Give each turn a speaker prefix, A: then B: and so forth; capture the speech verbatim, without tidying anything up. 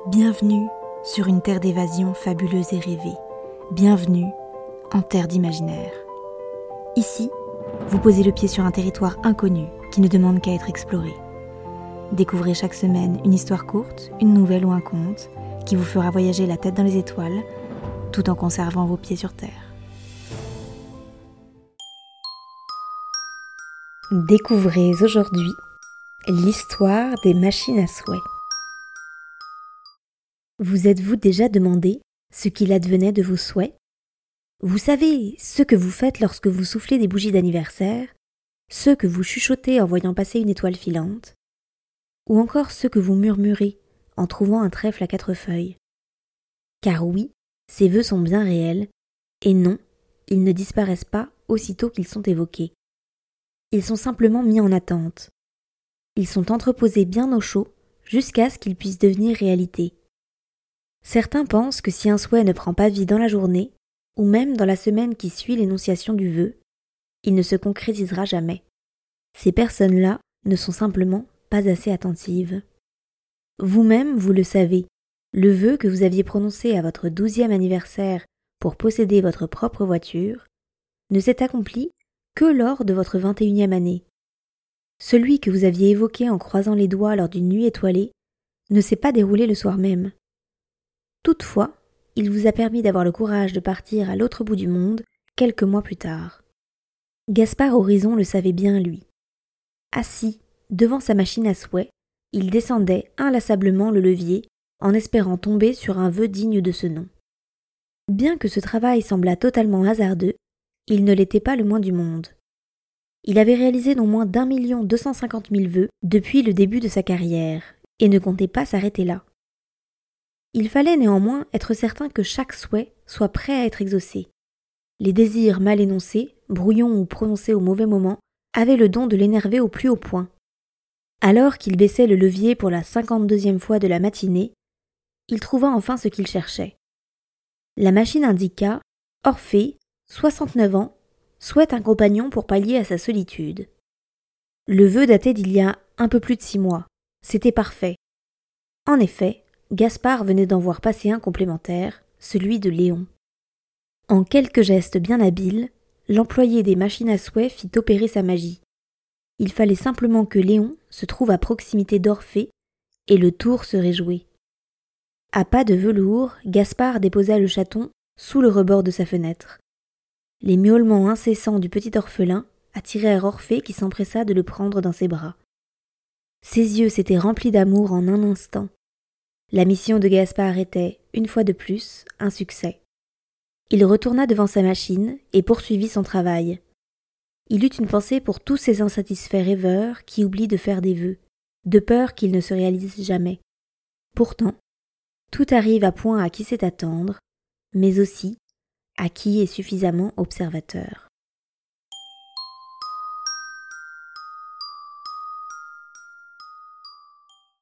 A: Bienvenue sur une terre d'évasion fabuleuse et rêvée. Bienvenue en terre d'imaginaire. Ici, vous posez le pied sur un territoire inconnu qui ne demande qu'à être exploré. Découvrez chaque semaine une histoire courte, une nouvelle ou un conte qui vous fera voyager la tête dans les étoiles tout en conservant vos pieds sur terre. Découvrez aujourd'hui l'histoire des machines à souhait. Vous êtes-vous déjà demandé ce qu'il advenait de vos souhaits ? Vous savez, ce que vous faites lorsque vous soufflez des bougies d'anniversaire, ceux que vous chuchotez en voyant passer une étoile filante, ou encore ceux que vous murmurez en trouvant un trèfle à quatre feuilles. Car oui, ces vœux sont bien réels, et non, ils ne disparaissent pas aussitôt qu'ils sont évoqués. Ils sont simplement mis en attente. Ils sont entreposés bien au chaud jusqu'à ce qu'ils puissent devenir réalité. Certains pensent que si un souhait ne prend pas vie dans la journée, ou même dans la semaine qui suit l'énonciation du vœu, il ne se concrétisera jamais. Ces personnes-là ne sont simplement pas assez attentives. Vous-même, vous le savez, le vœu que vous aviez prononcé à votre douzième anniversaire pour posséder votre propre voiture ne s'est accompli que lors de votre vingt et unième année. Celui que vous aviez évoqué en croisant les doigts lors d'une nuit étoilée ne s'est pas déroulé le soir même. Toutefois, il vous a permis d'avoir le courage de partir à l'autre bout du monde quelques mois plus tard. Gaspard Horizon le savait bien, lui. Assis devant sa machine à souhait, il descendait inlassablement le levier en espérant tomber sur un vœu digne de ce nom. Bien que ce travail semblât totalement hasardeux, il ne l'était pas le moins du monde. Il avait réalisé non moins d'un million deux cent cinquante mille vœux depuis le début de sa carrière et ne comptait pas s'arrêter là. Il fallait néanmoins être certain que chaque souhait soit prêt à être exaucé. Les désirs mal énoncés, brouillons ou prononcés au mauvais moment, avaient le don de l'énerver au plus haut point. Alors qu'il baissait le levier pour la cinquante-deuxième fois de la matinée, il trouva enfin ce qu'il cherchait. La machine indiqua « Orphée, soixante-neuf ans, souhaite un compagnon pour pallier à sa solitude ». Le vœu datait d'il y a un peu plus de six mois. C'était parfait. En effet, Gaspard venait d'en voir passer un complémentaire, celui de Léon. En quelques gestes bien habiles, l'employé des machines à souhait fit opérer sa magie. Il fallait simplement que Léon se trouve à proximité d'Orphée et le tour serait joué. À pas de velours, Gaspard déposa le chaton sous le rebord de sa fenêtre. Les miaulements incessants du petit orphelin attirèrent Orphée qui s'empressa de le prendre dans ses bras. Ses yeux s'étaient remplis d'amour en un instant. La mission de Gaspard était, une fois de plus, un succès. Il retourna devant sa machine et poursuivit son travail. Il eut une pensée pour tous ces insatisfaits rêveurs qui oublient de faire des vœux, de peur qu'ils ne se réalisent jamais. Pourtant, tout arrive à point à qui sait attendre, mais aussi à qui est suffisamment observateur.